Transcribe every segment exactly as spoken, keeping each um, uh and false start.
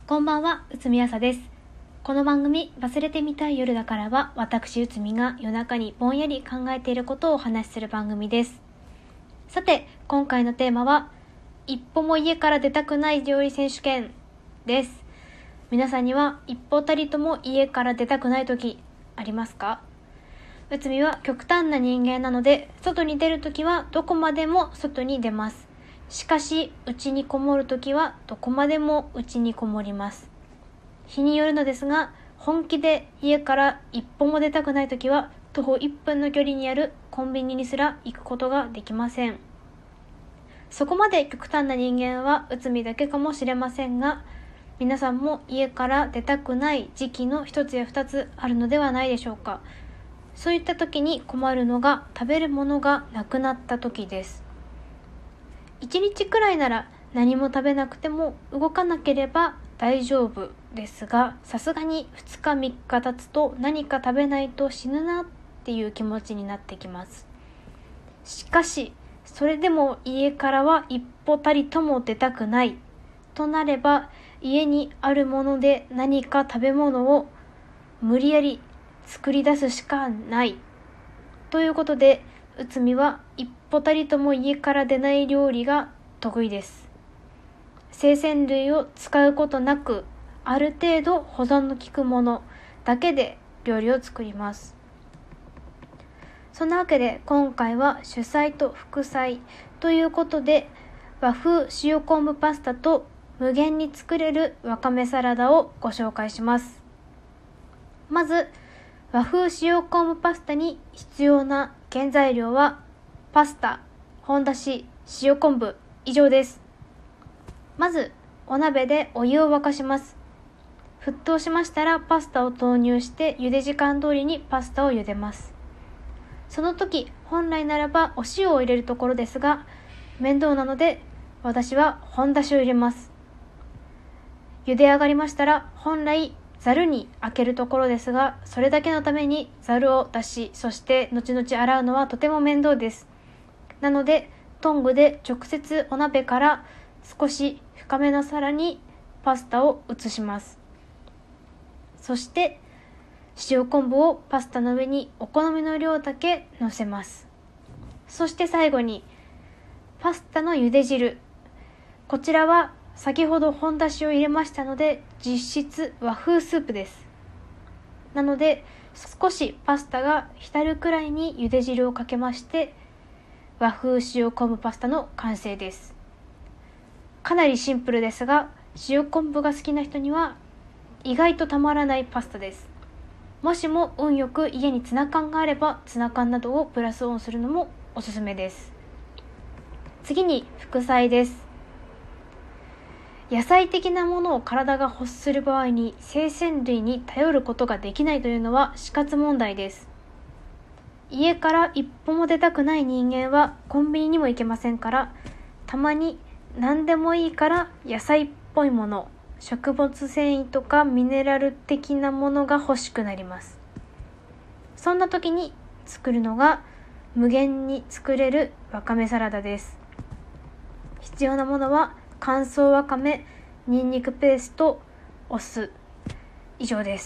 こんばんは、内海朝です。この番組、忘れてみたい夜だからは、私内海が夜中にぼんやり考えていることをお話しする番組です。さて、今回のテーマは、一歩も家から出たくない料理選手権です。皆さんには一歩たりとも家から出たくない時ありますか？内海は極端な人間なので、外に出るときはどこまでも外に出ます。しかし、家にこもるときはどこまでも家にこもります。日によるのですが、本気で家から一歩も出たくないときは、徒歩いっぷんの距離にあるコンビニにすら行くことができません。そこまで極端な人間は内海だけかもしれませんが、皆さんも家から出たくない時期の一つや二つあるのではないでしょうか。そういった時に困るのが食べるものがなくなった時です。一日くらいなら何も食べなくても動かなければ大丈夫ですが、さすがにふつかみっか経つと何か食べないと死ぬなっていう気持ちになってきます。しかしそれでも家からは一歩たりとも出たくないとなれば、家にあるもので何か食べ物を無理やり作り出すしかないということで、内海は一歩たりとも家から出ない料理が得意です。生鮮類を使うことなく、ある程度保存の効くものだけで料理を作ります。そんなわけで今回は主菜と副菜ということで、和風塩昆布パスタと無限に作れるわかめサラダをご紹介します。まず和風塩昆布パスタに必要な原材料はパスタ、本だし、塩昆布以上です。まずお鍋でお湯を沸かします。沸騰しましたらパスタを投入して茹で時間通りにパスタを茹でます。その時本来ならばお塩を入れるところですが、面倒なので私は本だしを入れます。茹で上がりましたら本来ざるに開けるところですが、それだけのためにざるを出し、そして後々洗うのはとても面倒です。なのでトングで直接お鍋から少し深めの皿にパスタを移します。そして塩昆布をパスタの上にお好みの量だけ乗せます。そして最後にパスタの茹で汁、こちらは先ほど本だしを入れましたので、実質和風スープです。なので少しパスタが浸るくらいに茹で汁をかけまして、和風塩昆布パスタの完成です。かなりシンプルですが、塩昆布が好きな人には意外とたまらないパスタです。もしも運よく家にツナ缶があれば、ツナ缶などをプラスオンするのもおすすめです。次に副菜です。野菜的なものを体が欲する場合に生鮮類に頼ることができないというのは死活問題です。家から一歩も出たくない人間はコンビニにも行けませんから、たまに何でもいいから野菜っぽいもの、食物繊維とかミネラル的なものが欲しくなります。そんな時に作るのが無限に作れるわかめサラダです。必要なものは乾燥わかめ、にんにくペースト、お酢以上です。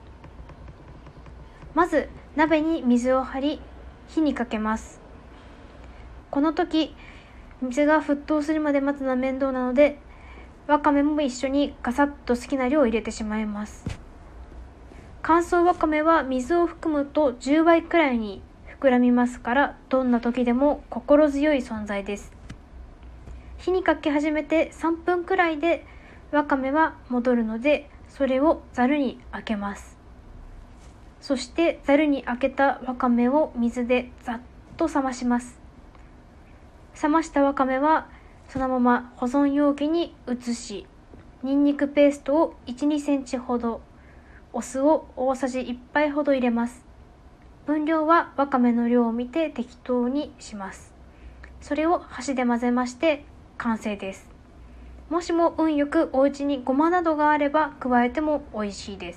まず鍋に水を張り火にかけます。この時水が沸騰するまで待つのは面倒なので、わかめも一緒にガサッと好きな量を入れてしまいます。乾燥わかめは水を含むとじゅうばいくらいに膨らみますから、どんな時でも心強い存在です。火にかけ始めてさんぷんくらいでわかめは戻るので、それをざるにあけます。そしてざるにあけたわかめを水でざっと冷まします。冷ましたわかめはそのまま保存容器に移し、にんにくペーストをいち、にセンチほど、お酢を大さじいっぱいほど入れます。分量はわかめの量を見て適当にします。それを箸で混ぜまして完成です。もしも運よくお家にごまなどがあれば加えても美味しいです。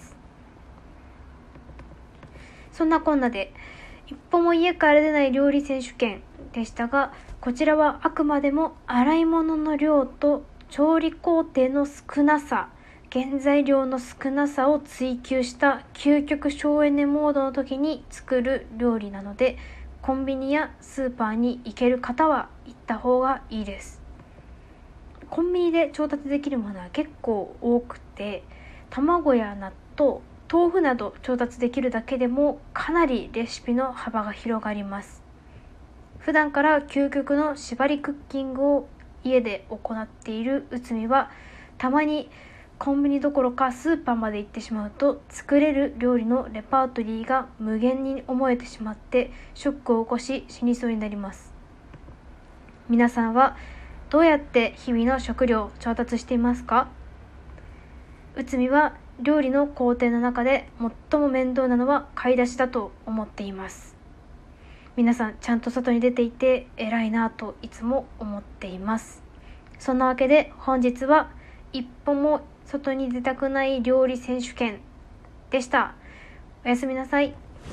そんなこんなで一歩も家から出ない料理選手権でしたが、こちらはあくまでも洗い物の量と調理工程の少なさ原材料の少なさを追求した究極省エネモードの時に作る料理なので、コンビニやスーパーに行ける方は行った方がいいです。コンビニで調達できるものは結構多くて、卵や納豆、豆腐など調達できるだけでもかなりレシピの幅が広がります。普段から究極の縛りクッキングを家で行っている内海は、たまにコンビニどころかスーパーまで行ってしまうと、作れる料理のレパートリーが無限に思えてしまってショックを起こし死にそうになります。皆さんはどうやって日々の食料を調達していますか？内海は料理の工程の中で最も面倒なのは買い出しだと思っています。皆さんちゃんと外に出ていて偉いなといつも思っています。そんなわけで本日は一歩も外に出たくない料理選手権でした。おやすみなさい。